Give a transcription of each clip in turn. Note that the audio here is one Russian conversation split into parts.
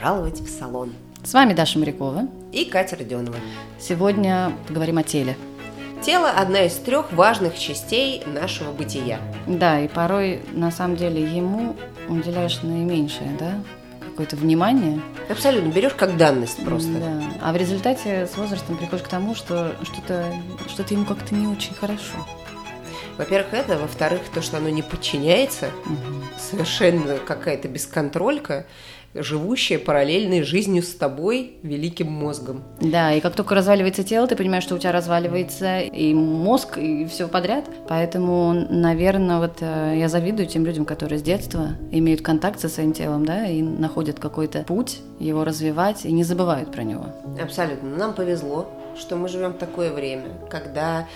пожаловать в салон. С вами Даша Морякова И Катя Родионова. Сегодня поговорим о теле. Тело – одна из 3 важных частей нашего бытия. Да, и порой, на самом деле, ему уделяешь наименьшее, да, какое-то внимание. Абсолютно, берешь как данность просто. Да. А в результате с возрастом приходишь к тому, что что-то ему как-то не очень хорошо. Во-первых, это. Во-вторых, то, что оно не подчиняется. Совершенно какая-то бесконтролька, живущая параллельной жизнью с тобой великим мозгом. Да, и как только разваливается тело, ты понимаешь, что у тебя разваливается и мозг, и все подряд. Поэтому, наверное, вот я завидую тем людям, которые с детства имеют контакт со своим телом, да, и находят какой-то путь его развивать и не забывают про него. Абсолютно. Нам повезло, что мы живем в такое время, когда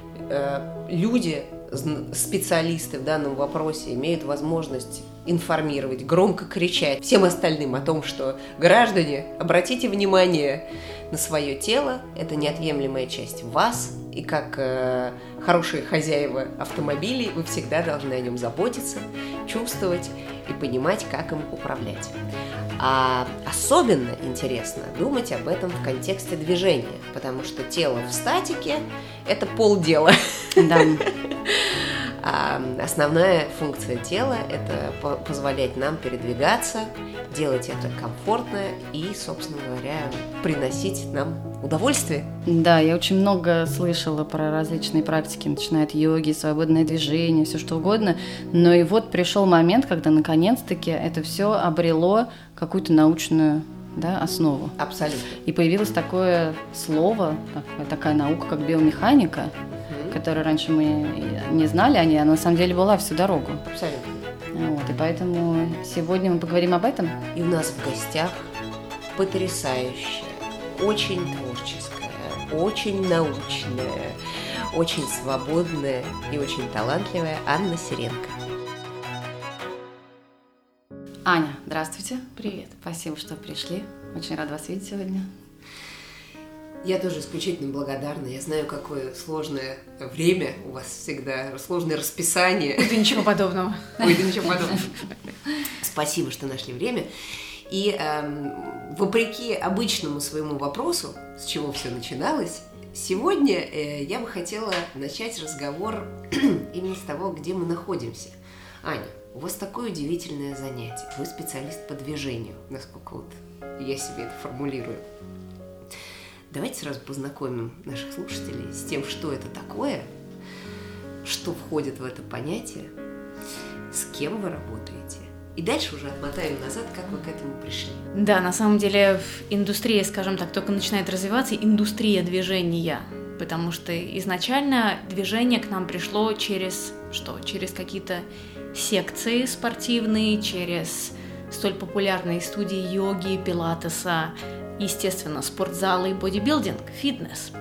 люди, специалисты в данном вопросе, имеют возможность информировать, громко кричать всем остальным о том, что граждане, обратите внимание на свое тело, это неотъемлемая часть вас, и как хорошие хозяева автомобилей вы всегда должны о нем заботиться, чувствовать и понимать, как им управлять. А особенно интересно думать об этом в контексте движения, потому что тело в статике – это полдела. Да. А основная функция тела – это позволять нам передвигаться, делать это комфортно и, собственно говоря, приносить нам удовольствие. Да, я очень много слышала про различные практики, начиная от йоги, свободное движение, все что угодно. Но и вот пришел момент, когда наконец-таки это все обрело какую-то научную, да, основу. Абсолютно. И появилось такое слово, такая наука, как биомеханика, которую раньше мы не знали, она на самом деле была всю дорогу. Абсолютно. Вот, и поэтому сегодня мы поговорим об этом. И у нас в гостях потрясающая, очень творческая, очень научная, очень свободная и очень талантливая Анна Сиренко. Аня, здравствуйте. Привет. Спасибо, что пришли. Очень рада вас видеть сегодня. Я тоже исключительно благодарна. Я знаю, какое сложное время у вас всегда, сложное расписание. Ой, да ничего подобного. Ой, да ничего подобного. Спасибо, что нашли время. И вопреки обычному своему вопросу, с чего все начиналось, сегодня я бы хотела начать разговор именно с того, где мы находимся. Аня, у вас такое удивительное занятие. Вы специалист по движению, насколько вот я себе это формулирую. Давайте сразу познакомим наших слушателей с тем, что это такое, что входит в это понятие, с кем вы работаете. И дальше уже отмотаем назад, как вы к этому пришли. Да, на самом деле индустрия, скажем так, только начинает развиваться, индустрия движения, потому что изначально движение к нам пришло через что? Через какие-то секции спортивные, через столь популярные студии йоги, пилатеса, естественно, спортзалы и бодибилдинг, фитнес.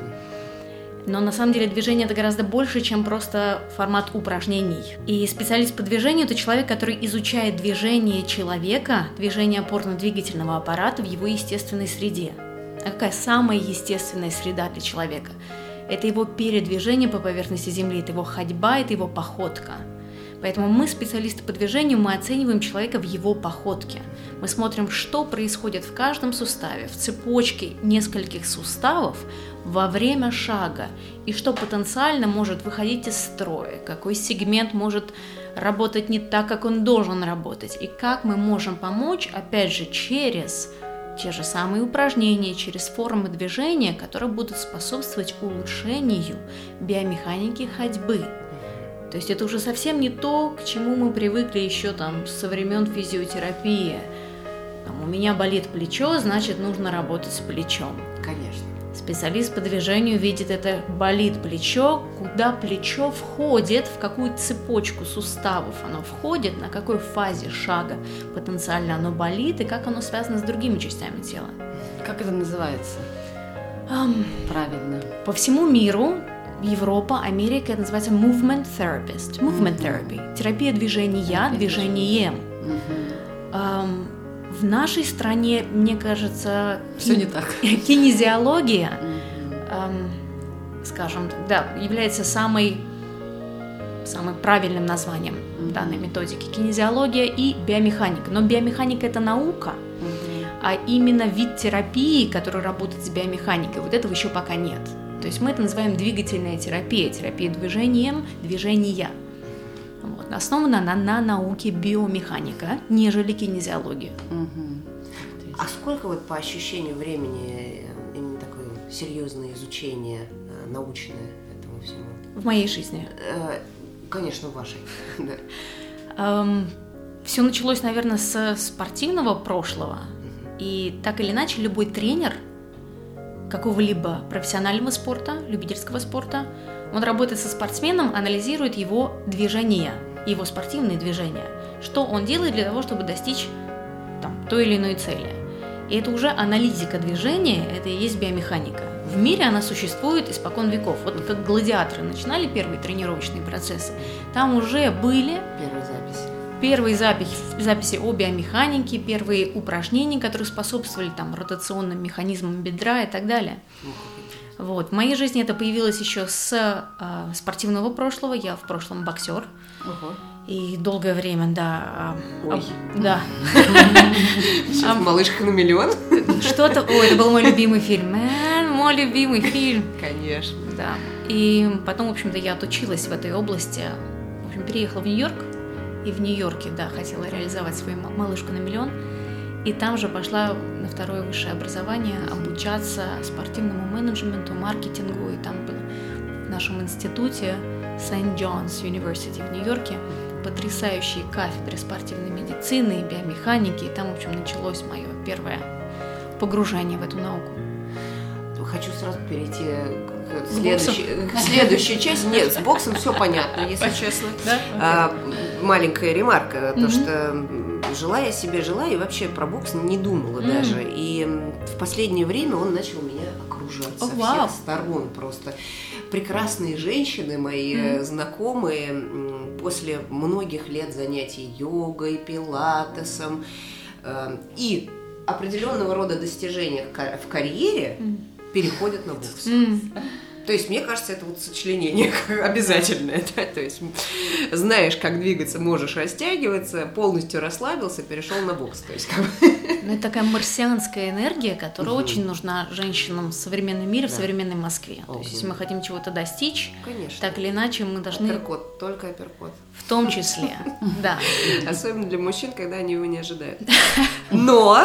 Но на самом деле движение – это гораздо больше, чем просто формат упражнений. И специалист по движению – это человек, который изучает движение человека, движение опорно-двигательного аппарата в его естественной среде. А какая самая естественная среда для человека? Это его передвижение по поверхности Земли, это его ходьба, это его походка. Поэтому мы, специалисты по движению, мы оцениваем человека в его походке. Мы смотрим, что происходит в каждом суставе, в цепочке нескольких суставов во время шага, и что потенциально может выходить из строя, какой сегмент может работать не так, как он должен работать, и как мы можем помочь, опять же, через те же самые упражнения, через формы движения, которые будут способствовать улучшению биомеханики ходьбы. То есть это уже совсем не то, к чему мы привыкли еще там со времен физиотерапии. Там, у меня болит плечо, значит, нужно работать с плечом. Конечно. Специалист по движению видит это болит плечо, куда плечо входит, в какую цепочку суставов оно входит, на какой фазе шага потенциально оно болит и как оно связано с другими частями тела. Как это называется? Правильно. По всему миру, Европа, Америка, это называется movement therapist, movement therapy, терапия движения, движением. В нашей стране, мне кажется, все не так. Кинезиология, скажем так, да, является самым правильным названием данной методики. Кинезиология и биомеханика. Но биомеханика – это наука, а именно вид терапии, который работает с биомеханикой, вот этого еще пока нет. То есть мы это называем двигательная терапия, терапия движением, движения. Вот. Основана она на науке биомеханика, нежели кинезиология. А сколько вот по ощущению времени именно такое серьезное изучение научное этому всему? В моей жизни? Конечно, в вашей. Все началось, наверное, с спортивного прошлого. И так или иначе любой тренер какого-либо профессионального спорта, любительского спорта, он работает со спортсменом, анализирует его движения, его спортивные движения, что он делает для того, чтобы достичь той или иной цели. И это уже аналитика движения, это и есть биомеханика. В мире она существует испокон веков. Вот как гладиаторы начинали первые тренировочные процессы, там уже были первые записи о биомеханике, первые упражнения, которые способствовали ротационным механизмам бедра и так далее. Вот. В моей жизни это появилось еще с спортивного прошлого. Я в прошлом боксер. И долгое время, да. Да. Сейчас «Малышка на миллион». Что-то... Ой, это был мой любимый фильм. Мой любимый фильм. Конечно. Да. И потом, в общем-то, я отучилась в этой области. В общем, переехала в Нью-Йорк. И в Нью-Йорке, да, хотела реализовать свою «Малышку на миллион». И там же пошла на второе высшее образование обучаться спортивному менеджменту, маркетингу. И там было в нашем институте St. John's University в Нью-Йорке потрясающие кафедры спортивной медицины и биомеханики. И там, в общем, началось мое первое погружение в эту науку. Хочу сразу перейти к следующей части. Нет, с боксом все понятно, если честно. Да? Маленькая ремарка, то что жила я себе, и вообще про бокс не думала даже. И в последнее время он начал меня окружать со всех сторон просто. Прекрасные женщины мои, знакомые, после многих лет занятий йогой, пилатесом и определенного рода достижениях в карьере переходят на бокс. То есть, мне кажется, это вот сочленение обязательное, да? То есть, знаешь, как двигаться, можешь растягиваться, полностью расслабился, перешел на бокс. То есть, это такая марсианская энергия, которая очень нужна женщинам в современном мире, в современной Москве. То есть, если мы хотим чего-то достичь, так или иначе мы должны... Апперкот, только апперкот. В том числе, да. Особенно для мужчин, когда они его не ожидают. Но...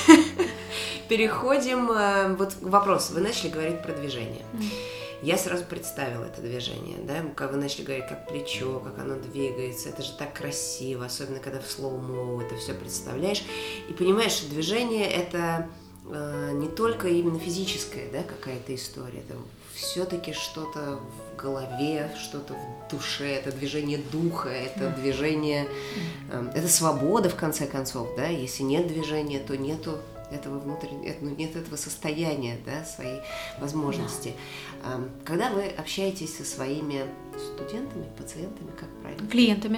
Переходим вот к вопросу. Вы начали говорить про движение. Я сразу представила это движение, да, как вы начали говорить, как плечо, как оно двигается, это же так красиво, особенно когда в слоумо это все представляешь, и понимаешь, что движение это не только именно физическая, да, какая-то история, это все-таки что-то в голове, что-то в душе, это движение духа, это движение, это свобода в конце концов, да, если нет движения, то нету этого внутреннего, нет этого состояния, да, своей возможности. Когда вы общаетесь со своими студентами, пациентами, как правильно? Клиентами.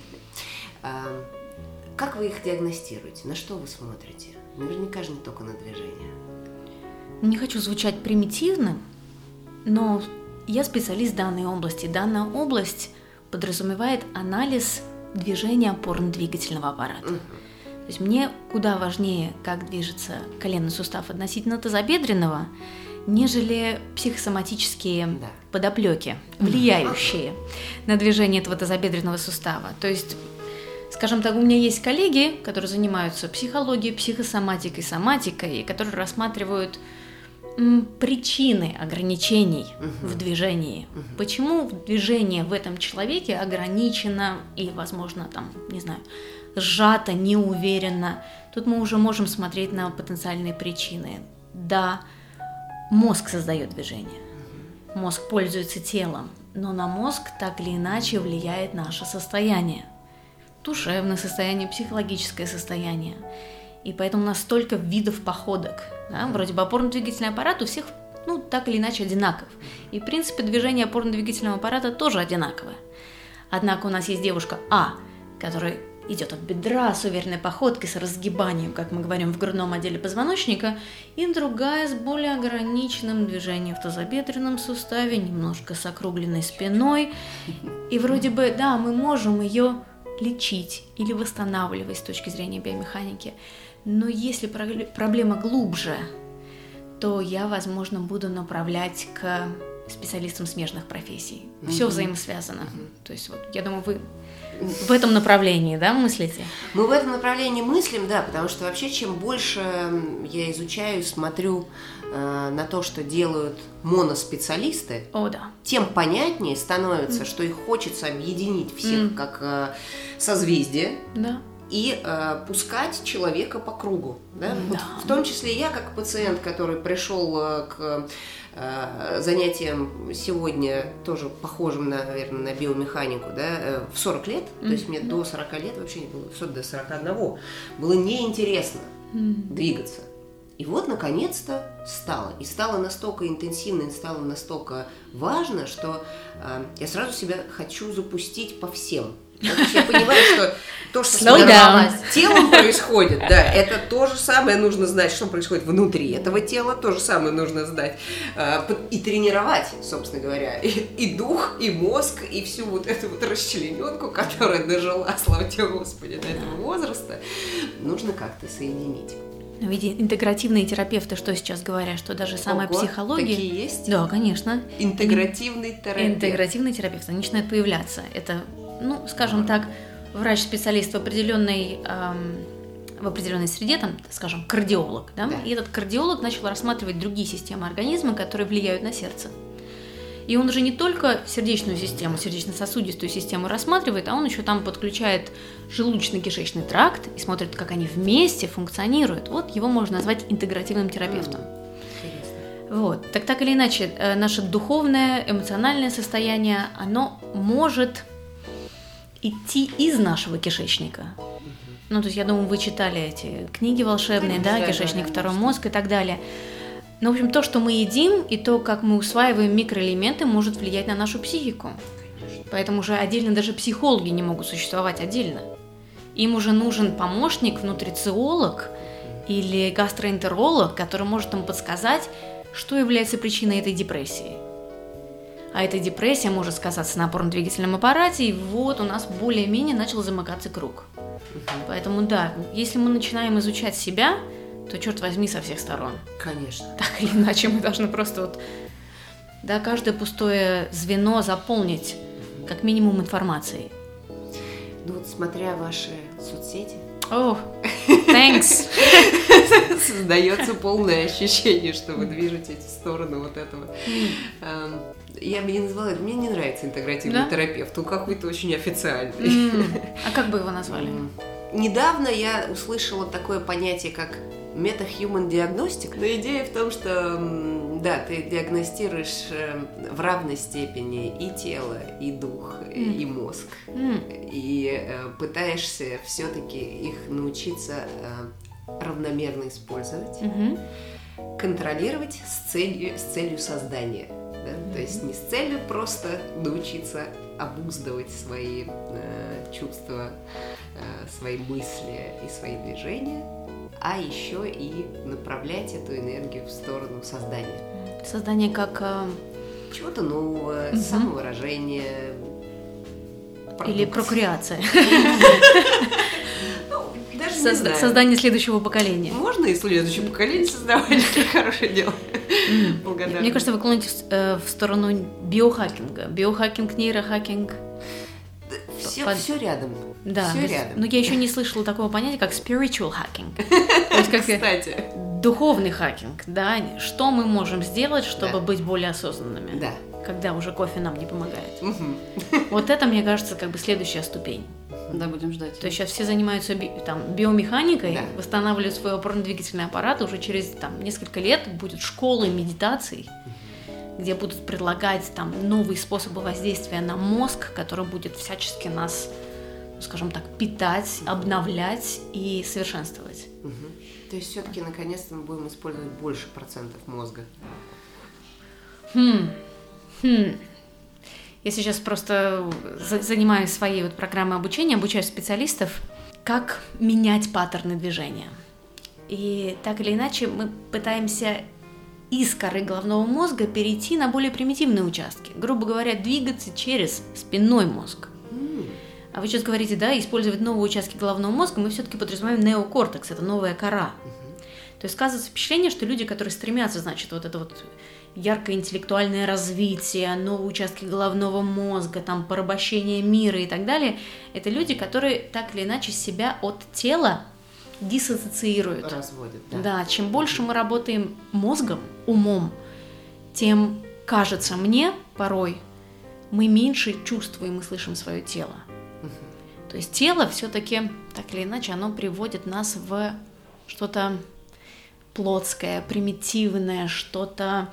Как вы их диагностируете? На что вы смотрите? Наверняка же не только на движение. Не хочу звучать примитивно, но я специалист данной области. Данная область подразумевает анализ движения опорно-двигательного аппарата. То есть мне куда важнее, как движется коленный сустав относительно тазобедренного, нежели психосоматические подоплеки, влияющие на движение этого тазобедренного сустава. То есть, скажем так, у меня есть коллеги, которые занимаются психологией, психосоматикой, соматикой, и которые рассматривают причины ограничений в движении. Почему движение в этом человеке ограничено и, возможно, сжато, неуверенно. Тут мы уже можем смотреть на потенциальные причины. Да, мозг создает движение. Мозг пользуется телом, но на мозг так или иначе влияет наше состояние. Душевное состояние, психологическое состояние. И поэтому у нас столько видов походок. Да? Вроде бы опорно-двигательный аппарат у всех так или иначе одинаков. И в принципе движение опорно-двигательного аппарата тоже одинаковое. Однако у нас есть девушка А, которая идет от бедра с уверенной походкой, с разгибанием, как мы говорим, в грудном отделе позвоночника, и другая с более ограниченным движением в тазобедренном суставе, немножко с округленной спиной. И вроде бы, да, мы можем ее лечить или восстанавливать с точки зрения биомеханики. Но если проблема глубже, то я, возможно, буду направлять к специалистам смежных профессий. Все взаимосвязано. То есть вот, я думаю, вы в этом направлении, да, мыслите? Мы в этом направлении мыслим, да, потому что вообще чем больше я изучаю, смотрю на то, что делают моноспециалисты, тем понятнее становится, что их хочется объединить всех как созвездие. Да. И пускать человека по кругу. Да? Вот в том числе я, как пациент, который пришел к занятиям сегодня, тоже похожим, наверное, на биомеханику, да, в 40 лет, то есть мне до 40 лет вообще не было, до 41, было неинтересно двигаться. И вот, наконец-то, стало. И стало настолько интенсивно, и стало настолько важно, что я сразу себя хочу запустить по всем. Я понимаю, что то, что с телом происходит, да, это то же самое нужно знать, что происходит внутри этого тела, то же самое нужно знать и тренировать, собственно говоря, и дух, и мозг, и всю вот эту вот расчлененку, которая дожила, слава тебе Господи, до этого возраста, нужно как-то соединить. Но ведь интегративные терапевты что сейчас говорят, что даже самая психология... Такие есть? Да, конечно. Интегративный терапевт. Интегративный терапевт, они начинают появляться. Это, скажем так, врач-специалист в определенной среде, там, скажем, кардиолог, да? И этот кардиолог начал рассматривать другие системы организма, которые влияют на сердце. И он уже не только сердечную систему, сердечно-сосудистую систему рассматривает, а он еще там подключает желудочно-кишечный тракт и смотрит, как они вместе функционируют. Вот его можно назвать интегративным терапевтом. Вот. Так или иначе, наше духовное, эмоциональное состояние, оно может идти из нашего кишечника. То есть, я думаю, вы читали эти книги волшебные, да, «Кишечник, второй мозг» и так далее. Но, в общем, то, что мы едим, и то, как мы усваиваем микроэлементы, может влиять на нашу психику. Поэтому уже отдельно даже психологи не могут существовать отдельно. Им уже нужен помощник, нутрициолог или гастроэнтеролог, который может им подсказать, что является причиной этой депрессии. А эта депрессия может сказаться на опорно-двигательном аппарате, и вот у нас более-менее начал замыкаться круг. Поэтому да, если мы начинаем изучать себя, то, черт возьми, со всех сторон. Конечно. Так или иначе, мы должны просто каждое пустое звено заполнить как минимум информацией. Смотря ваши соцсети. Thanks. Создается полное ощущение, что вы движетесь в сторону вот этого. Я бы не назвала, мне не нравится интегративный терапевт, он какой-то очень официальный. А как бы его назвали? Недавно я услышала такое понятие, как мета-human diagnostic. Но идея в том, что да, ты диагностируешь в равной степени и тело, и дух, и мозг. И пытаешься все-таки их научиться равномерно использовать, контролировать с целью создания. Да? То есть не с целью просто научиться обуздывать свои чувства, свои мысли и свои движения, а еще и направлять эту энергию в сторону создания. Создание как... чего-то нового, самовыражения. Или прокреация. Даже создание следующего поколения. Можно и следующее поколение создавать, это хорошее дело. Благодарна. Мне кажется, вы клонитесь в сторону биохакинга. Биохакинг, нейрохакинг. Все рядом. Да, все рядом. Но я еще не слышала такого понятия, как spiritual hacking. Кстати. Духовный хакинг, да. Что мы можем сделать, чтобы быть более осознанными? Да. Когда уже кофе нам не помогает. Вот это, мне кажется, как бы следующая ступень. Да, будем ждать. То есть сейчас все занимаются биомеханикой, восстанавливают свой опорно-двигательный аппарат, уже через несколько лет будут школы медитаций, где будут предлагать новые способы воздействия на мозг, который будет всячески нас, скажем так, питать, обновлять и совершенствовать. То есть все-таки наконец-то мы будем использовать больше процентов мозга. Я сейчас просто занимаюсь своей программой обучения, обучаю специалистов, как менять паттерны движения. И так или иначе мы пытаемся из коры головного мозга перейти на более примитивные участки. Грубо говоря, двигаться через спинной мозг. А вы сейчас говорите, да, использовать новые участки головного мозга, мы все-таки подразумеваем неокортекс, это новая кора. То есть сказывается впечатление, что люди, которые стремятся, значит, вот это вот яркое интеллектуальное развитие, новые участки головного мозга, там, порабощение мира и так далее, это люди, которые так или иначе себя от тела диссоциируют. Разводят, да. Да, чем больше мы работаем мозгом, умом, тем, кажется мне, порой, мы меньше чувствуем и слышим свое тело. То есть тело все-таки, так или иначе, оно приводит нас в что-то плотское, примитивное, что-то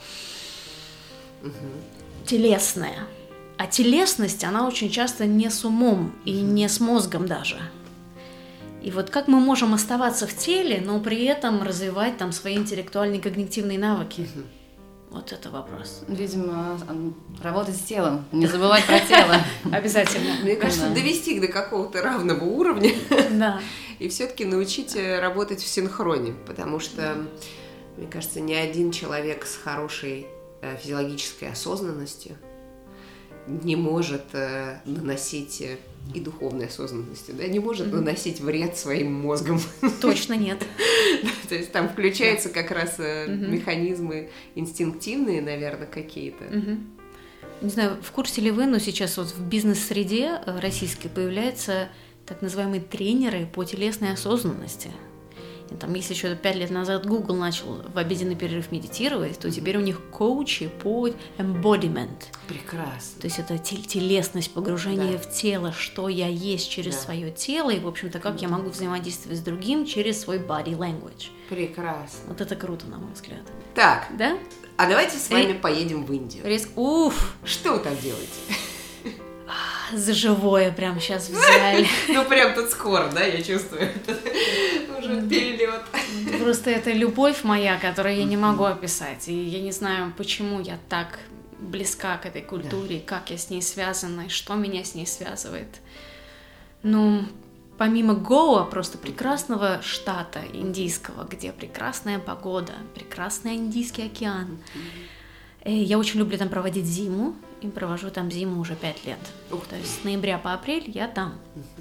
телесное. А телесность, она очень часто не с умом и не с мозгом даже. И вот как мы можем оставаться в теле, но при этом развивать там свои интеллектуальные когнитивные навыки? Вот это вопрос. Видимо, работать с телом, не забывать про тело. Обязательно. Мне кажется, довести их до какого-то равного уровня. Да. И все-таки научить работать в синхроне, потому что, мне кажется, ни один человек с хорошей физиологической осознанностью не может наносить, и духовной осознанностью, да, не может наносить вред своим мозгам. Точно нет. То есть там включаются как раз механизмы инстинктивные, наверное, какие-то. Не знаю, в курсе ли вы, но сейчас вот в бизнес-среде российской появляются так называемые тренеры по телесной осознанности. И там, если еще 5 лет назад Google начал в обеденный перерыв медитировать, то теперь у них коучи по embodiment. Прекрасно. То есть это телесность, погружение в тело, что я есть через свое тело, и, в общем-то, как я могу взаимодействовать с другим через свой body language. Прекрасно. Вот это круто, на мой взгляд. Так, Да? а давайте с вами поедем в Индию. Уф! Что вы там делаете? За живое прям сейчас взяли. Ну, прям тут скоро, да, я чувствую. Уже перелет. Просто это любовь моя, которую я не могу описать. И я не знаю, почему я так близка к этой культуре, как я с ней связана, и что меня с ней связывает. Ну, помимо Гоа, просто прекрасного штата индийского, где прекрасная погода, прекрасный Индийский океан. Я очень люблю там проводить зиму, и провожу там зиму уже 5 лет. То есть с ноября по апрель я там.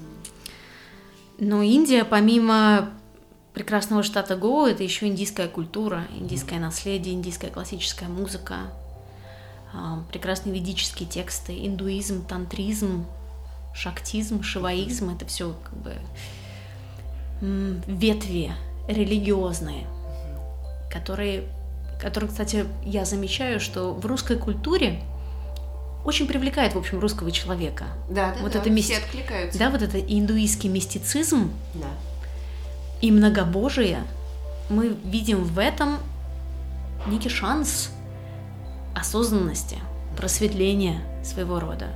Но Индия, помимо прекрасного штата Гоа, это еще индийская культура, индийское наследие, индийская классическая музыка, прекрасные ведические тексты, индуизм, тантризм, шактизм, шиваизм. Это все как бы ветви религиозные, которые, кстати, я замечаю, что в русской культуре очень привлекает, в общем, русского человека. Да, вот да, это все откликаются. Да, вот это индуистский мистицизм да. И многобожие, мы видим в этом некий шанс осознанности, просветления своего рода.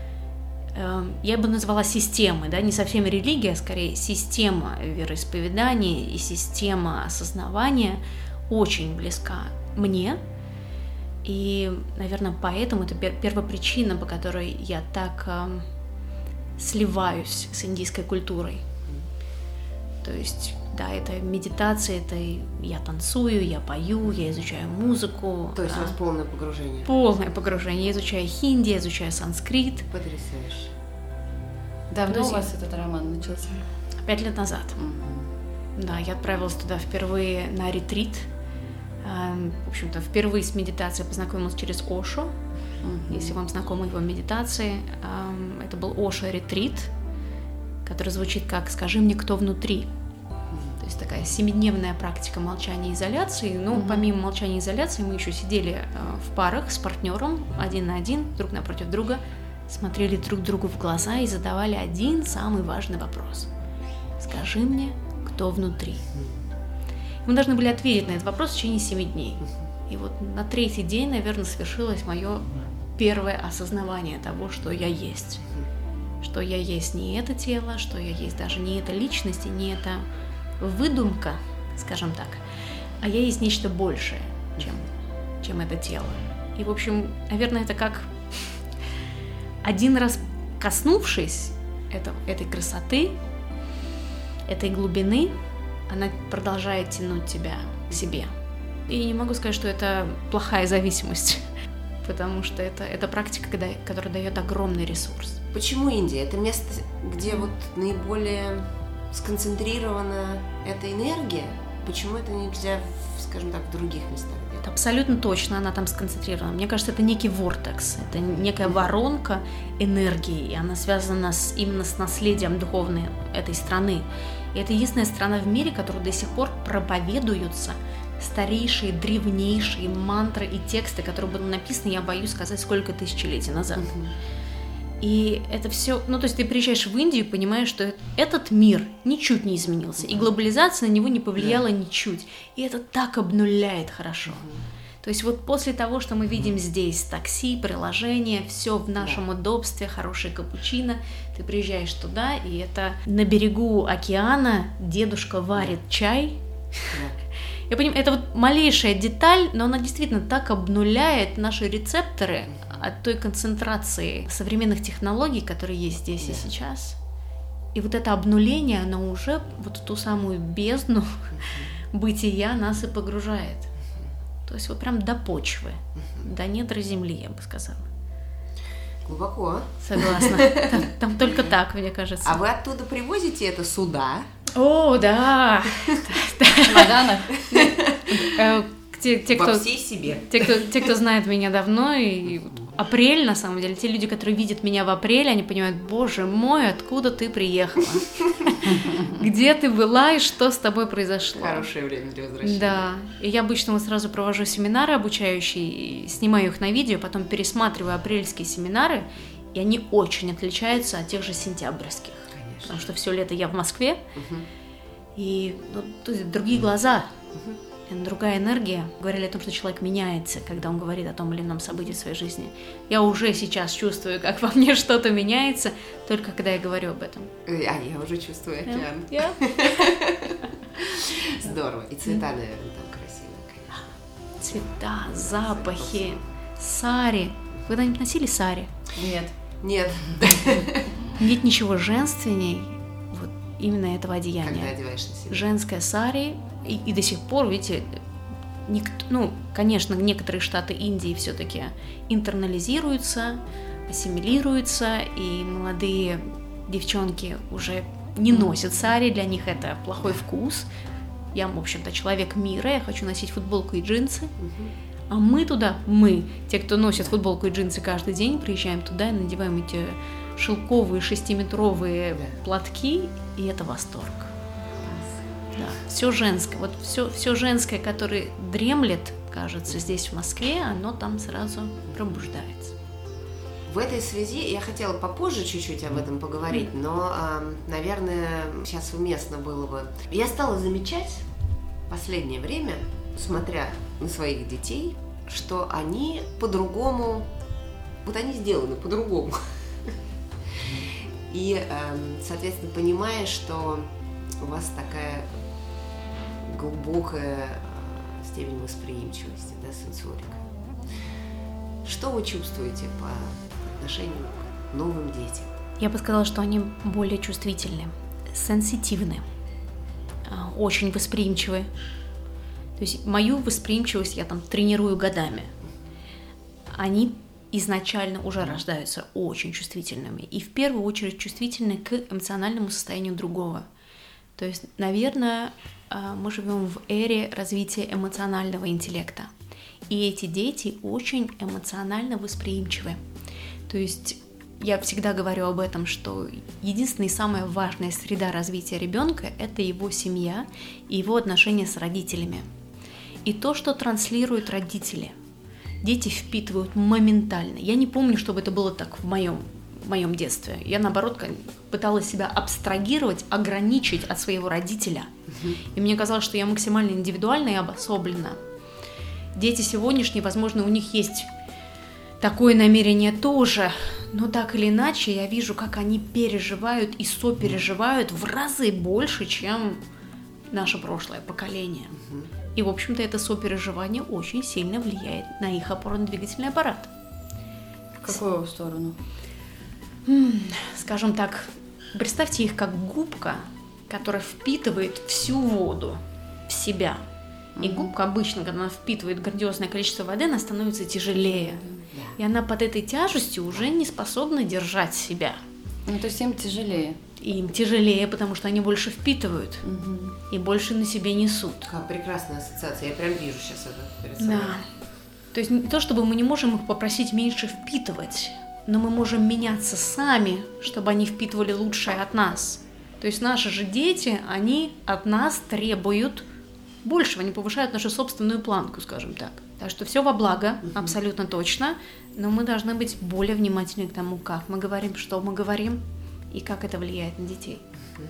Я бы назвала системой, да, не совсем религия, а скорее система вероисповедания и система осознавания очень близка мне. И, наверное, поэтому это первопричина, по которой я так сливаюсь с индийской культурой. То есть, да, это медитация, это я танцую, я пою, я изучаю музыку. То есть у вас полное погружение? Полное погружение. Я изучаю хинди, я изучаю санскрит. Потрясающе. Давно у вас этот роман начался? 5 лет назад. Да, я отправилась туда впервые на ретрит. В общем-то, впервые с медитацией познакомилась через Ошо. Если вам знакомы его медитации, это был Ошо-ретрит, который звучит как «Скажи мне, кто внутри». То есть такая 7-дневная практика молчания и изоляции. Но помимо молчания и изоляции мы еще сидели в парах с партнером, 1 на 1, друг напротив друга, смотрели друг другу в глаза и задавали один самый важный вопрос. «Скажи мне, кто внутри». Мы должны были ответить на этот вопрос в течение 7 дней. И вот на 3-й день, наверное, свершилось мое первое осознавание того, что я есть. Что я есть не это тело, что я есть даже не эта личность и не эта выдумка, скажем так, а я есть нечто большее, чем это тело. И, в общем, наверное, это как один раз коснувшись этой красоты, этой глубины, она продолжает тянуть тебя к себе. И не могу сказать, что это плохая зависимость, потому что это практика, которая дает огромный ресурс. Почему Индия? Это место, где вот наиболее сконцентрирована эта энергия? Почему это нельзя, скажем так, в других местах? Это абсолютно точно, она там сконцентрирована. Мне кажется, это некий вортекс, это некая воронка энергии, и она связана именно с наследием духовным этой страны. И это единственная страна в мире, в которой до сих пор проповедуются старейшие, древнейшие мантры и тексты, которые были написаны, я боюсь сказать, сколько тысячелетий назад. И это все, то есть ты приезжаешь в Индию и понимаешь, что этот мир ничуть не изменился, и глобализация на него не повлияла ничуть, и это так обнуляет хорошо. То есть вот после того, что мы видим здесь, такси, приложение, все в нашем удобстве, хороший капучино, ты приезжаешь туда, и это на берегу океана дедушка варит чай. Я понимаю, это вот малейшая деталь, но она действительно так обнуляет наши рецепторы от той концентрации современных технологий, которые есть здесь и сейчас. И вот это обнуление, оно уже вот в ту самую бездну бытия нас и погружает. То есть вот прям до почвы, до недр земли, я бы сказала. Глубоко. Согласна. Там только так, мне кажется. А вы оттуда привозите это сюда? О, да. В чемоданах. Во всей себе. Те, кто знает меня давно, и апрель, на самом деле, те люди, которые видят меня в апреле, они понимают, боже мой, откуда ты приехала? Где ты была и что с тобой произошло? Хорошее время для возвращения. Да, и я обычно сразу провожу семинары обучающие, снимаю их на видео, потом пересматриваю апрельские семинары, и они очень отличаются от тех же сентябрьских. Конечно. Потому что все лето я в Москве, и то есть другие глаза. Другая энергия. Говорили о том, что человек меняется, когда он говорит о том или ином событии в своей жизни. Я уже сейчас чувствую, как во мне что-то меняется, только когда я говорю об этом. А я уже чувствую океан. Здорово. И цвета, наверное, там красивые, конечно. Цвета, запахи, сари. Вы когда-нибудь носили сари? Нет. Нет. Нет ничего женственней вот именно этого одеяния. Когда одеваешь на себя. Женская сари. И до сих пор, видите, конечно, некоторые штаты Индии все-таки интернализируются, ассимилируются, и молодые девчонки уже не носят сари, для них это плохой вкус. Я, в общем-то, человек мира, я хочу носить футболку и джинсы. А мы, те, кто носит футболку и джинсы каждый день, приезжаем туда и надеваем эти шелковые 6-метровые платки, и это восторг. Да, все женское, вот все женское, которое дремлет, кажется, здесь в Москве, оно там сразу пробуждается. В этой связи я хотела попозже чуть-чуть об этом поговорить, но, наверное, сейчас уместно было бы. Я стала замечать в последнее время, смотря на своих детей, что они по-другому, вот они сделаны по-другому. И, соответственно, понимая, что у вас такая глубокая степень восприимчивости, да, сенсорика. Что вы чувствуете по отношению к новым детям? Я бы сказала, что они более чувствительны, сенситивны, очень восприимчивы. То есть мою восприимчивость я там тренирую годами. Они изначально уже рождаются очень чувствительными и в первую очередь чувствительны к эмоциональному состоянию другого. То есть, наверное, мы живем в эре развития эмоционального интеллекта. И эти дети очень эмоционально восприимчивы. То есть я всегда говорю об этом, что единственная и самая важная среда развития ребенка – это его семья и его отношения с родителями. И то, что транслируют родители, дети впитывают моментально. Я не помню, чтобы это было так в моем детстве. Я, наоборот, пыталась себя абстрагировать, ограничить от своего родителя. И мне казалось, что я максимально индивидуальна и обособлена. Дети сегодняшние, возможно, у них есть такое намерение тоже, но так или иначе я вижу, как они переживают и сопереживают в разы больше, чем наше прошлое поколение. И, в общем-то, это сопереживание очень сильно влияет на их опорно-двигательный аппарат. В какую сторону? Скажем так, представьте их как губка, которая впитывает всю воду в себя. И губка обычно, когда она впитывает грандиозное количество воды, она становится тяжелее. И она под этой тяжестью уже не способна держать себя. Ну, то есть им тяжелее. И им тяжелее, потому что они больше впитывают и больше на себе несут. Какая прекрасная ассоциация, я прям вижу сейчас это перед собой. Да. То есть не то, чтобы мы не можем их попросить меньше впитывать, но мы можем меняться сами, чтобы они впитывали лучшее от нас. То есть наши же дети, они от нас требуют большего, они повышают нашу собственную планку, скажем так. Так что все во благо, абсолютно точно, но мы должны быть более внимательны к тому, как мы говорим, что мы говорим и как это влияет на детей.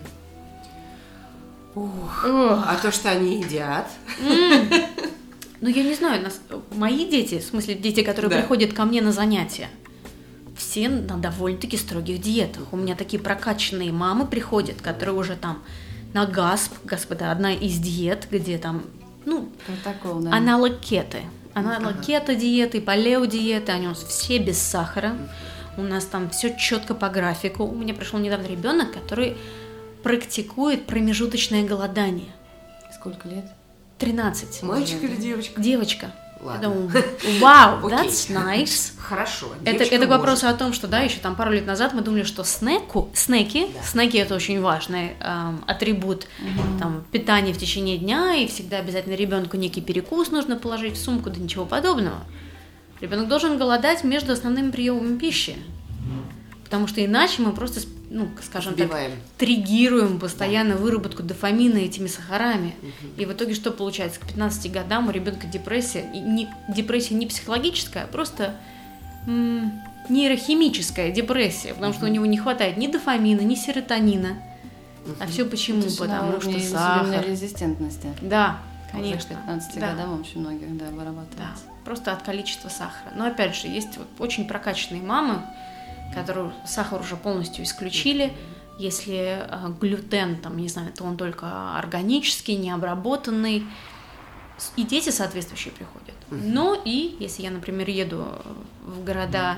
А то, что они едят. Ну, я не знаю, мои дети, в смысле дети, которые приходят ко мне на занятия, все на довольно-таки строгих диетах. У меня такие прокачанные мамы приходят, которые уже там на ГАСП, это одна из диет, где там, протокол, да. Аналог кеты, диеты, палео-диеты, они у нас все без сахара. У нас там все четко по графику. У меня пришел недавно ребенок, который практикует промежуточное голодание. Сколько лет? 13. Мальчик или девочка? Девочка. Ладно. Я думаю, вау, that's nice. Хорошо. Это к вопросу о том, что, да, еще там пару лет назад мы думали, что снеки это очень важный атрибут там, питания в течение дня, и всегда обязательно ребенку некий перекус нужно положить в сумку, да ничего подобного. Ребенок должен голодать между основными приемами пищи, потому что иначе мы просто, скажем Сбиваем. так, триггируем постоянно выработку дофамина этими сахарами. И в итоге что получается? К 15 годам у ребенка депрессия, и депрессия не психологическая, а просто нейрохимическая депрессия, потому что у него не хватает ни дофамина, ни серотонина. А все почему? Потому что сахар. Резистентности. Да, конечно. К 15 годам очень многих, вырабатывается. Да, просто от количества сахара. Но опять же, есть очень прокачанные мамы, которые сахар уже полностью исключили. Если глютен, то он только органический, необработанный. И дети соответствующие приходят. Но и если я, например, еду в города,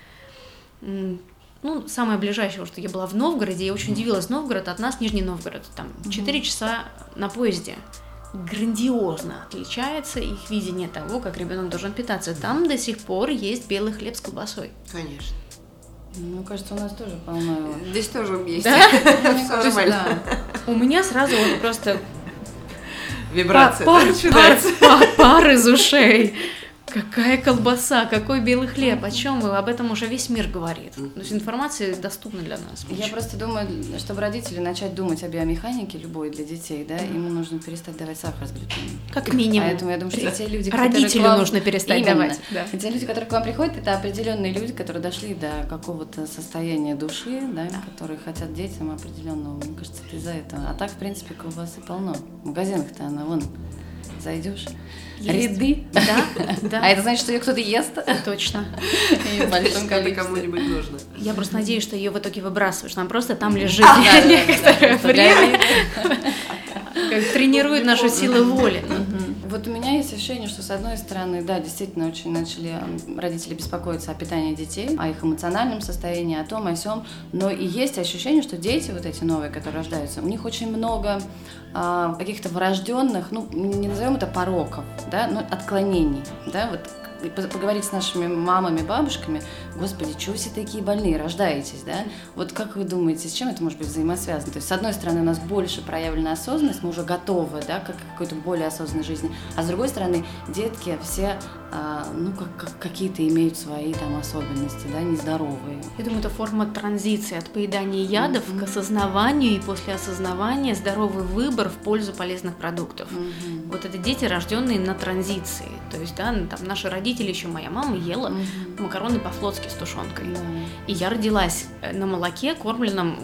самое ближайшее, что я была в Новгороде, я очень удивилась. Новгород от нас, Нижний Новгород, там 4 часа на поезде. Грандиозно отличается их видение того, как ребенок должен питаться. Там до сих пор есть белый хлеб с колбасой. Конечно. Мне кажется, у нас тоже полно его. Здесь тоже есть. Да? Нормально. У меня сразу просто Вибрация пар из ушей. Какая колбаса, какой белый хлеб, о чем вы? Об этом уже весь мир говорит. То есть информация доступна для нас. Я просто думаю, чтобы родители начать думать о биомеханике любой для детей, ему нужно перестать давать сахар с глютеном. Как минимум. Поэтому я думаю, что те люди, родителю нужно перестать давать. Да. Те люди, которые к вам приходят, это определенные люди, которые дошли до какого-то состояния души, которые хотят детям определенного. Мне кажется, это из-за этого. А так, в принципе, колбасы полно. В магазинах-то она вон. Зайдешь, ряды, да. А это значит, что ее кто-то ест? Точно. И в большом количестве. Кому-нибудь нужно. Я просто надеюсь, что ее в итоге выбрасываешь. Она просто там лежит некоторое время, как тренирует нашу силу воли. Вот у меня есть ощущение, что с одной стороны, действительно очень начали родители беспокоиться о питании детей, о их эмоциональном состоянии, о том, о сём, но и есть ощущение, что дети вот эти новые, которые рождаются, у них очень много каких-то врожденных, не назовем это пороков, но отклонений, поговорить с нашими мамами, бабушками, господи, чего все такие больные, рождаетесь, Вот как вы думаете, с чем это может быть взаимосвязано? То есть, с одной стороны, у нас больше проявлена осознанность, мы уже готовы, к какой-то более осознанной жизни, а с другой стороны, детки все, как какие-то имеют свои особенности, нездоровые. Я думаю, это форма транзиции от поедания ядов к осознаванию, и после осознавания здоровый выбор в пользу полезных продуктов. Вот это дети, рожденные на транзиции. То есть, наши родители, еще моя мама ела макароны по-флотски с тушенкой. И я родилась на молоке, кормленном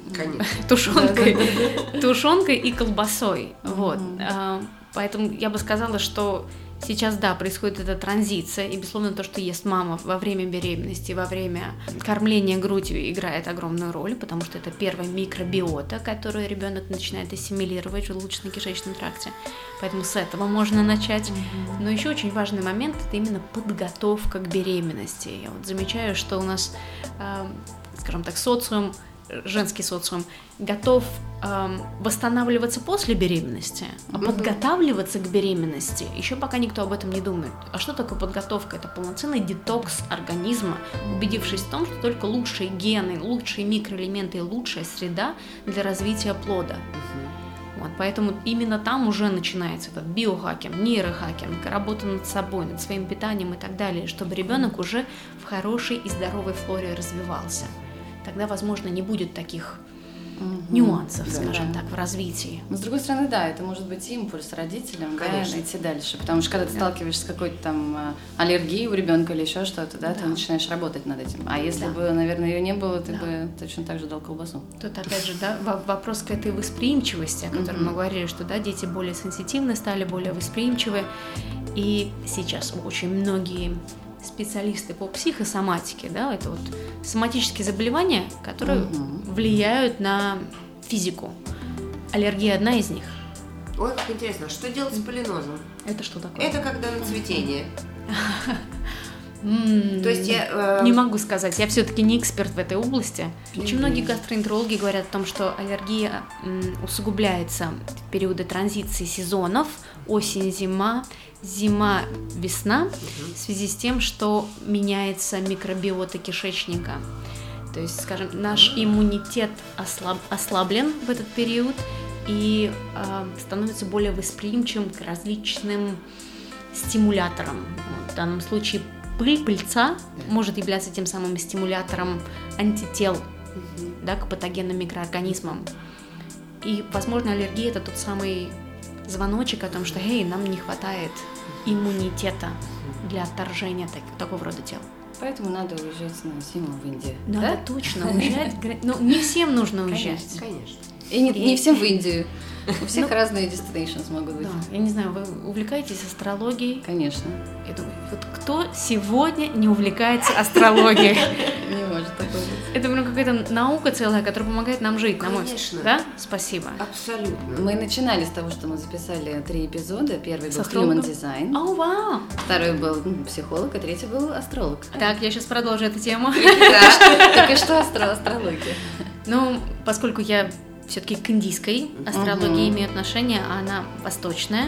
тушенкой и колбасой. Поэтому я бы сказала, что сейчас, происходит эта транзиция, и, безусловно, то, что ест мама во время беременности, во время кормления грудью, играет огромную роль, потому что это первая микробиота, которую ребенок начинает ассимилировать в желудочно-кишечном тракте. Поэтому с этого можно начать. Но еще очень важный момент – это именно подготовка к беременности. Я замечаю, что у нас, скажем так, социум женский социум, готов восстанавливаться после беременности, а подготавливаться к беременности еще пока никто об этом не думает. А что такое подготовка? Это полноценный детокс организма, убедившись в том, что только лучшие гены, лучшие микроэлементы и лучшая среда для развития плода. Вот, поэтому именно там уже начинается этот биохакинг, нейрохакинг, работа над собой, над своим питанием и так далее, чтобы ребенок уже в хорошей и здоровой флоре развивался. Тогда, возможно, не будет таких нюансов, скажем так, в развитии. Но, с другой стороны, да, это может быть импульс родителям, да, идти дальше. Потому что когда ты сталкиваешься с какой-то там аллергией у ребенка или еще что-то, да, ты начинаешь работать над этим. А если бы, наверное, ее не было, ты бы точно так же дал колбасу. Тут, опять же, да, вопрос к этой восприимчивости, о которой мы говорили, что, да, дети более сенситивны стали, более восприимчивы. И сейчас очень многие специалисты по психосоматике, да, это вот соматические заболевания, которые влияют на физику. Аллергия одна из них. Ой, как интересно, что делать с полинозом? Это что такое? Это когда на цветение. То есть я... Не могу сказать, я все-таки не эксперт в этой области. Очень многие гастроэнтерологи говорят о том, что аллергия усугубляется в периоды транзиции сезонов, осень-зима, зима-весна, в связи с тем, что меняется микробиота кишечника. То есть, скажем, наш иммунитет ослаблен в этот период и становится более восприимчивым к различным стимуляторам. Вот, в данном случае пыльца может являться тем самым стимулятором антител, да, к патогенным микроорганизмам. И, возможно, аллергия – это тот самый звоночек о том, что, нам не хватает иммунитета для отторжения такого рода тел. Поэтому надо уезжать на зиму в Индию. Надо точно уезжать. Но не всем нужно уезжать. Конечно. И не всем в Индию. У всех разные destinations могут быть. Да, я не знаю, вы увлекаетесь астрологией? Конечно. Я думаю, вот кто сегодня не увлекается астрологией? Не может такого быть. Это прям какая-то наука целая, которая помогает нам жить, на мой взгляд. Да? Спасибо. Абсолютно. Мы начинали с того, что мы записали 3 эпизода. Первый был Human Design. О, вау! Второй был психолог, а третий был астролог. Так, я сейчас продолжу эту тему. Так и что астрология? Ну, поскольку я все-таки к индийской астрологии имею отношение, а она восточная,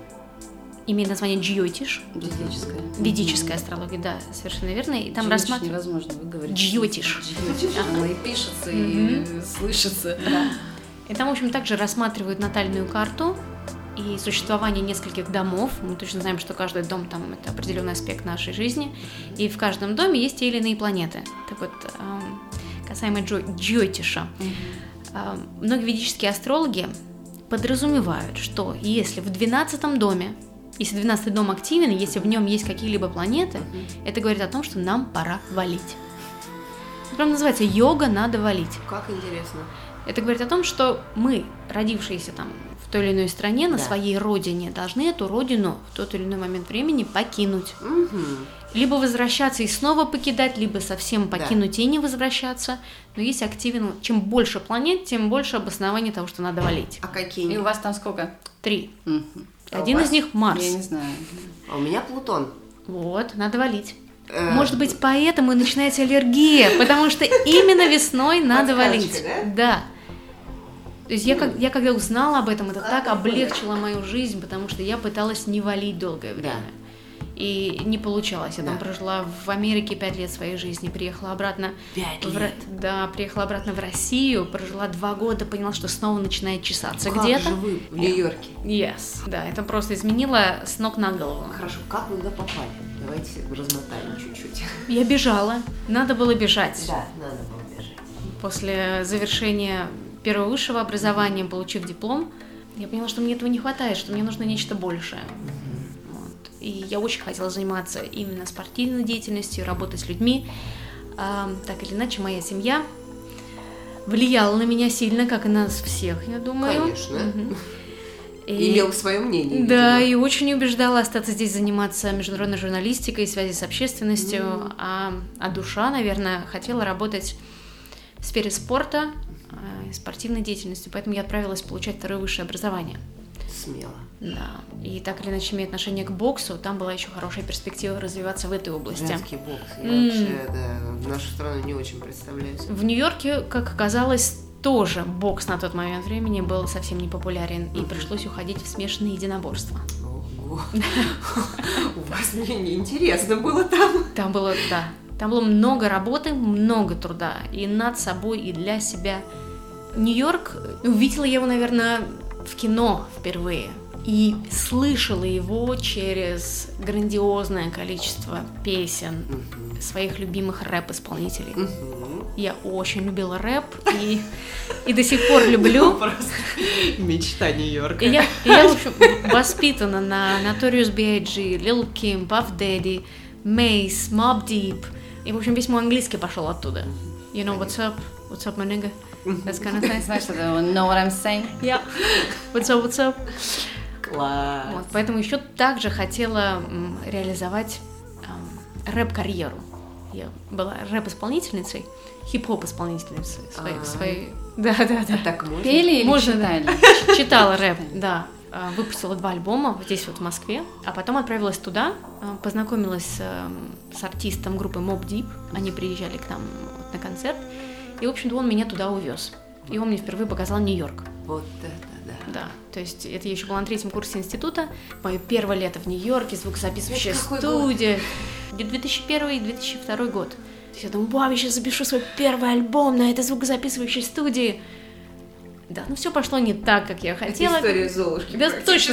имеет название Джьотиш. Ведическая астрология, да, совершенно верно. И там рассматривается... невозможно выговорить. Джьотиш. Оно и пишется, и слышится. И там, в общем, также рассматривают натальную карту и существование нескольких домов. Мы точно знаем, что каждый дом там это определенный аспект нашей жизни. И в каждом доме есть те или иные планеты. Так вот, касаемо Джьотиша. Многие ведические астрологи подразумевают, что если в 12-м доме, если 12-й дом активен, если в нем есть какие-либо планеты, это говорит о том, что нам пора валить. Это прям называется «йога надо валить». Как интересно. Это говорит о том, что мы, родившиеся там в той или иной стране, на своей родине, должны эту родину в тот или иной момент времени покинуть. Либо возвращаться и снова покидать, либо совсем покинуть и не возвращаться. Но если активен, чем больше планет, тем больше обоснований того, что надо валить. А какие? И у вас там сколько? 3. А Один из них Марс. Я не знаю. А у меня Плутон. Вот, надо валить. Может быть, поэтому и начинается аллергия, потому что именно весной надо валить. Да. То есть я когда узнала об этом, это так облегчило мою жизнь, потому что я пыталась не валить долгое время. И не получалось. Я там прожила в Америке 5 лет своей жизни, приехала обратно. 5 лет? Приехала обратно в Россию, прожила 2 года, поняла, что снова начинает чесаться как где-то. Как же вы в Нью-Йорке? Yes. Да, это просто изменило с ног на голову. Хорошо, как вы туда попали? Давайте размотаем чуть-чуть. Я бежала, надо было бежать. Да, надо было бежать. После завершения первого высшего образования, получив диплом, я поняла, что мне этого не хватает, что мне нужно нечто большее. И я очень хотела заниматься именно спортивной деятельностью, работать с людьми. Так или иначе, моя семья влияла на меня сильно, как и нас всех, я думаю. Конечно. Имел свое мнение. Да, и очень убеждала остаться здесь, заниматься международной журналистикой, связи с общественностью. А душа, наверное, хотела работать в сфере спорта, спортивной деятельностью. Поэтому я отправилась получать 2-е высшее образование. Смело. Да. И так или иначе имея отношение к боксу, там была еще хорошая перспектива развиваться в этой области. Женский бокс. Я вообще, в нашу страну не очень представляю. В Нью-Йорке, как оказалось, тоже бокс на тот момент времени был совсем не популярен, и пришлось уходить в смешанные единоборства. Ого. У вас мне интересно было там. Там было много работы, много труда, и над собой, и для себя. Нью-Йорк, увидела я его, наверное, в кино впервые. И слышала его через грандиозное количество песен своих любимых рэп-исполнителей. Я очень любила рэп и до сих пор люблю. Просто мечта Нью-Йорка. И я, в общем, воспитана на Notorious B.I.G., Lil Kim, Puff Daddy, Mace, Mobb Deep. И, в общем, весь мой английский пошел оттуда. You know what's up? What's up, my nigga? That's kind of thing. Знаешь, что know what I'm saying? Yeah. What's up, what's up? Класс. Вот, поэтому еще также хотела реализовать рэп-карьеру. Я была рэп-исполнительницей, хип-хоп-исполнительницей своей. Да. Так можно? Пели или Можно, читали? Читала рэп, да. Выпустила 2 альбома здесь вот в Москве, а потом отправилась туда, познакомилась с артистом группы Mobb Deep. Они приезжали к нам на концерт, и, в общем-то, он меня туда увез. И он мне впервые показал Нью-Йорк. Вот это да. Да, то есть это я еще была на 3-м курсе института. Мое первое лето в Нью-Йорке, звукозаписывающая студия. 2001 и 2002 год. То есть я думаю, вау, я сейчас запишу свой первый альбом на этой звукозаписывающей студии. Да, но все пошло не так, как я хотела. Это история Золушки. Да, точно.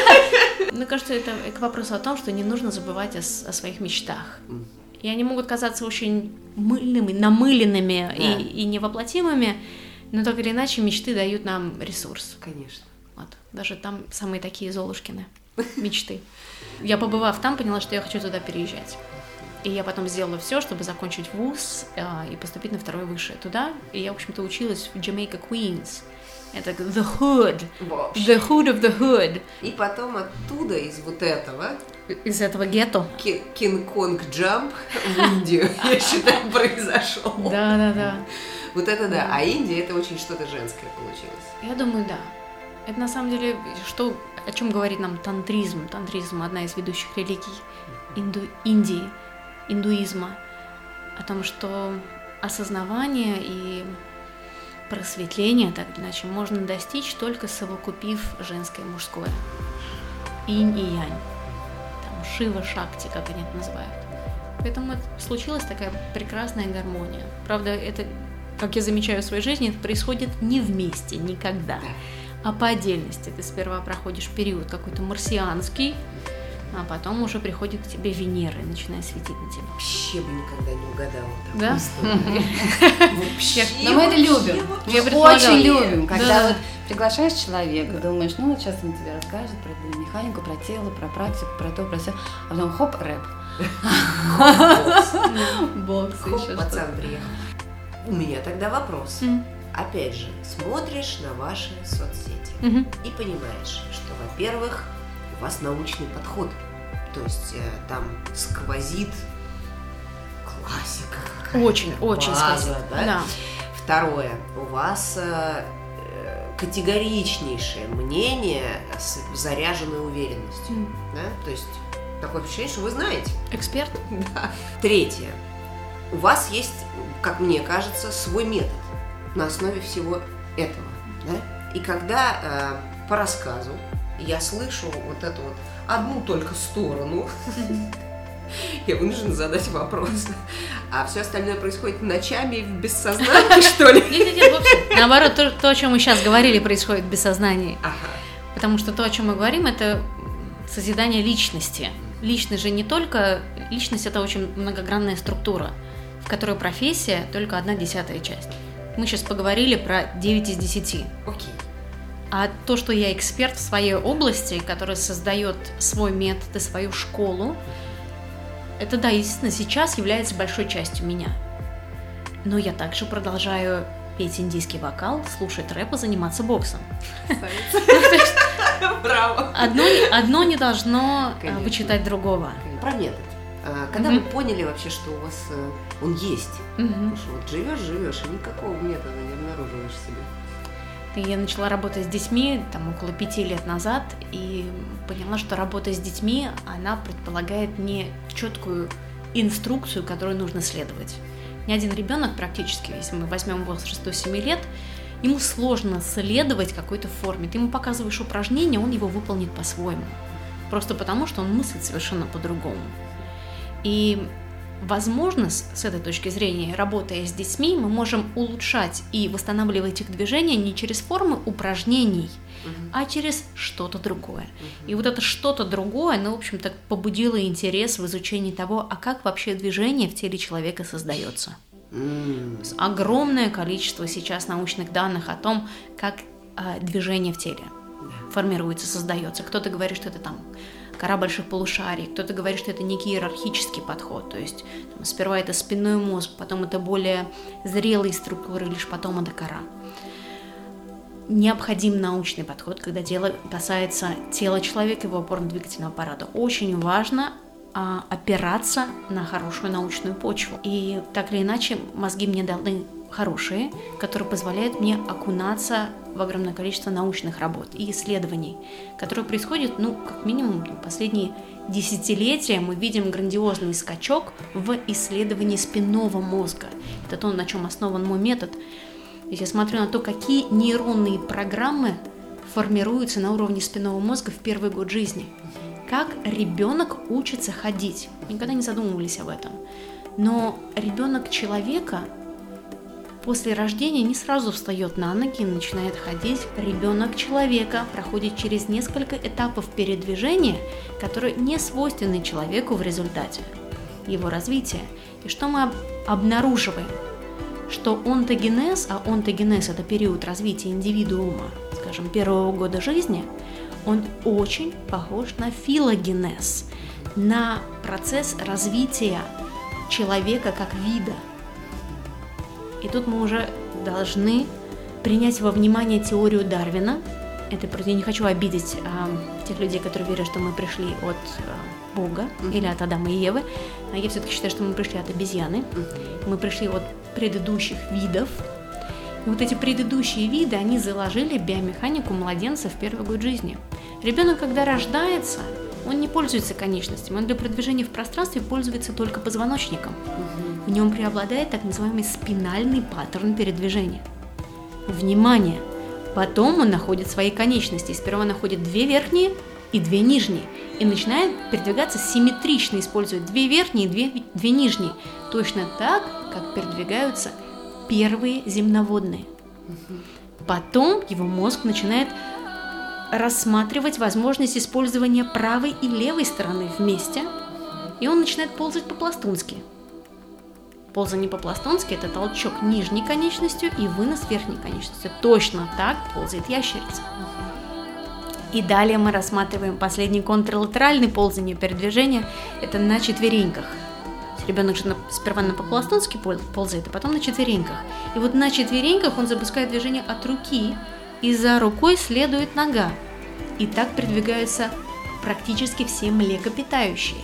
Мне кажется, это к вопросу о том, что не нужно забывать о своих мечтах. И они могут казаться очень мыльными, намыленными и невоплотимыми, но так или иначе мечты дают нам ресурс. Конечно. Вот. Даже там самые такие Золушкины мечты. Я, побывав там, поняла, что я хочу туда переезжать. И я потом сделала все, чтобы закончить вуз и поступить на 2-е высшее туда. И я, в общем-то, училась в Jamaica Queens. Это the hood. Вообще. The hood of the hood. И потом оттуда, из вот этого... Из этого гетто. Кинг-Конг джамп в Индию, я считаю, произошел. Да. Вот это да. А Индия — это очень что-то женское получилось. Я думаю, да. Это на самом деле, о чем говорит нам тантризм. Тантризм — одна из ведущих религий Индии, индуизма. О том, что осознавание и просветление, так или иначе, можно достичь, только совокупив женское и мужское. Инь и янь. Там Шива, Шакти, как они это называют. Поэтому случилась такая прекрасная гармония. Правда, это, как я замечаю в своей жизни, это происходит не вместе, никогда, а по отдельности. Ты сперва проходишь период какой-то марсианский, а потом уже приходит к тебе Венера и начинает светить на тебя. Вообще бы никогда не угадала такую Да? историю. Вообще. Но мы это любим. Я Мы предполагала. очень любим, когда Да. вот приглашаешь человека, думаешь, ну вот сейчас он тебе расскажет про биомеханику, про тело, про практику, про то, про все, а потом хоп, рэп. Бокс, еще Пацан что-то. приехал. У меня тогда вопрос. Опять же, смотришь на ваши соцсети и понимаешь, что, во-первых, у вас научный подход. То есть там сквозит классика. Очень База, сквозит. да? Да. Второе, у вас категоричнейшее мнение с заряженной уверенностью. Да? То есть такое ощущение, что вы знаете. Эксперт? Да. Третье, у вас есть, как мне кажется, свой метод на основе всего этого. Да? И когда по рассказу я слышу вот эту вот одну только сторону, я вынуждена задать вопрос. А все остальное происходит ночами в бессознании, что ли? Нет, вовсе. Наоборот, то, о чем мы сейчас говорили, происходит в бессознании. Ага. Потому что то, о чем мы говорим, это созидание личности. Личность же не только... Личность — это очень многогранная структура, в которой профессия только 1/10 часть. Мы сейчас поговорили про 9 из 10. Окей. А то, что я эксперт в своей области, который создает свой метод и свою школу, это, да, естественно, сейчас является большой частью меня. Но я также продолжаю петь индийский вокал, слушать рэп и заниматься боксом. Браво. Одно не должно Конечно. вычитать другого. Про метод. Когда вы поняли вообще, что у вас он есть? Потому что вот живешь, и никакого метода не обнаруживаешь в себе. Я начала работать с детьми там около 5 лет назад и поняла, что работа с детьми, она предполагает не четкую инструкцию, которой нужно следовать. Ни один ребенок практически, если мы возьмем возраст до 7 лет, ему сложно следовать какой-то форме. Ты ему показываешь упражнение, он его выполнит по-своему. Просто потому, что он мыслит совершенно по-другому. И, возможно, с этой точки зрения, работая с детьми, мы можем улучшать и восстанавливать их движения не через формы упражнений, а через что-то другое. И вот это что-то другое, оно, в общем-то, побудило интерес в изучении того, а как вообще движение в теле человека создается. Огромное количество сейчас научных данных о том, как движение в теле формируется, создается. Кто-то говорит, что это там кора больших полушарий, кто-то говорит, что это некий иерархический подход, то есть там, сперва это спинной мозг, потом это более зрелые структуры, лишь потом это кора. Необходим научный подход, когда дело касается тела человека, его опорно-двигательного аппарата. Очень важно опираться на хорошую научную почву. И так или иначе мозги мне даны хорошие, которые позволяют мне окунаться в огромное количество научных работ и исследований, которые происходят, как минимум, последние десятилетия. Мы видим грандиозный скачок в исследовании спинного мозга. Это то, на чем основан мой метод. Если я смотрю на то, какие нейронные программы формируются на уровне спинного мозга в первый год жизни, как ребенок учится ходить. Мы никогда не задумывались об этом. Но ребенок человека после рождения не сразу встает на ноги и начинает ходить. Ребенок человека проходит через несколько этапов передвижения, которые не свойственны человеку в результате его развития. И что мы обнаруживаем? Что онтогенез, а онтогенез – это период развития индивидуума, скажем, первого года жизни, он очень похож на филогенез, на процесс развития человека как вида. И тут мы уже должны принять во внимание теорию Дарвина. Я не хочу обидеть тех людей, которые верят, что мы пришли от Бога или от Адама и Евы. А я все-таки считаю, что мы пришли от обезьяны. Мы пришли от предыдущих видов. И вот эти предыдущие виды, они заложили биомеханику младенца в первый год жизни. Ребенок, когда рождается, он не пользуется конечностями, он для продвижения в пространстве пользуется только позвоночником. В нем преобладает так называемый спинальный паттерн передвижения. Внимание! Потом он находит свои конечности. Сперва находит 2 верхние и 2 нижние. И начинает передвигаться симметрично, используя 2 верхние и 2 нижние. Точно так, как передвигаются первые земноводные. Потом его мозг начинает рассматривать возможность использования правой и левой стороны вместе, и он начинает ползать по-пластунски. Ползание по-пластунски – это толчок нижней конечностью и вынос верхней конечностью. Точно так ползает ящерица. И далее мы рассматриваем последний контрлатеральный ползание передвижения – это на четвереньках. Ребенок же сперва по-пластунски ползает, а потом на четвереньках. И вот на четвереньках он запускает движение от руки, и за рукой следует нога. И так передвигаются практически все млекопитающие.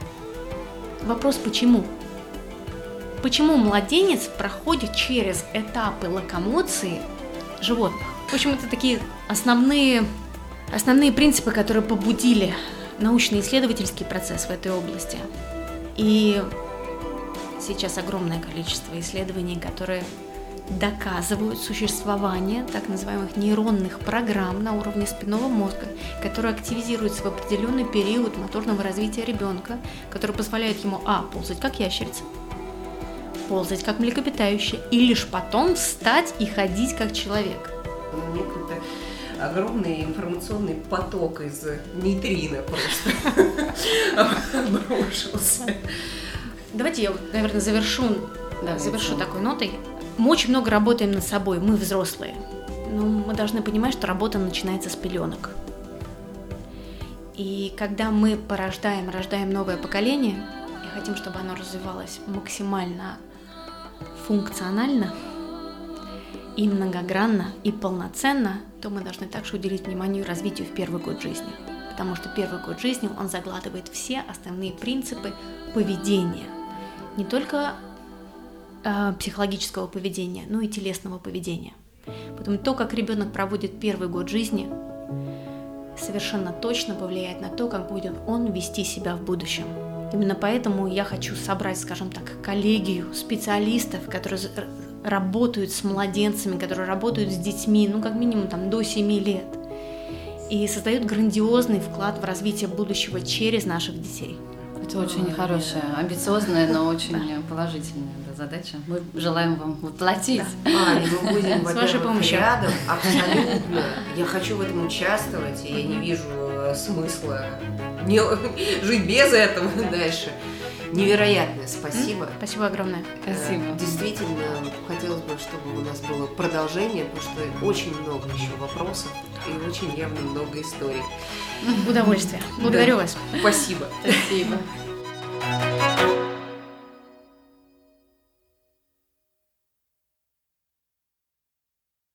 Вопрос почему? Почему младенец проходит через этапы локомоции животных? В общем, это такие основные принципы, которые побудили научно-исследовательский процесс в этой области. И сейчас огромное количество исследований, которые доказывают существование так называемых нейронных программ на уровне спинного мозга, которые активизируются в определенный период моторного развития ребенка, которые позволяют ему ползать как ящерица, ползать как млекопитающее, и лишь потом встать и ходить как человек. Мне как-то огромный информационный поток из нейтрино просто обрушился. Давайте я, наверное, завершу такой нотой. Мы очень много работаем над собой, мы взрослые. Но мы должны понимать, что работа начинается с пеленок. И когда мы рождаем новое поколение, и хотим, чтобы оно развивалось максимально функционально, и многогранно, и полноценно, то мы должны также уделить внимание развитию в первый год жизни. Потому что первый год жизни, он закладывает все основные принципы поведения. Не только психологического поведения, но и телесного поведения. Поэтому то, как ребенок проводит первый год жизни, совершенно точно повлияет на то, как будет он вести себя в будущем. Именно поэтому я хочу собрать, скажем так, коллегию специалистов, которые работают с младенцами, которые работают с детьми, как минимум до 7 лет, и создают грандиозный вклад в развитие будущего через наших детей. Это очень хорошая, амбициозная, но очень положительная задача. Мы желаем вам воплотить. Мы будем, с вашей помощью рядом, абсолютно. Я хочу в этом участвовать, и я не вижу смысла жить без этого дальше. Невероятное спасибо. Спасибо огромное. Спасибо. Действительно, хотелось бы, чтобы у нас было продолжение, потому что очень много еще вопросов и очень явно много историй. Удовольствие. Благодарю вас. Спасибо. Спасибо.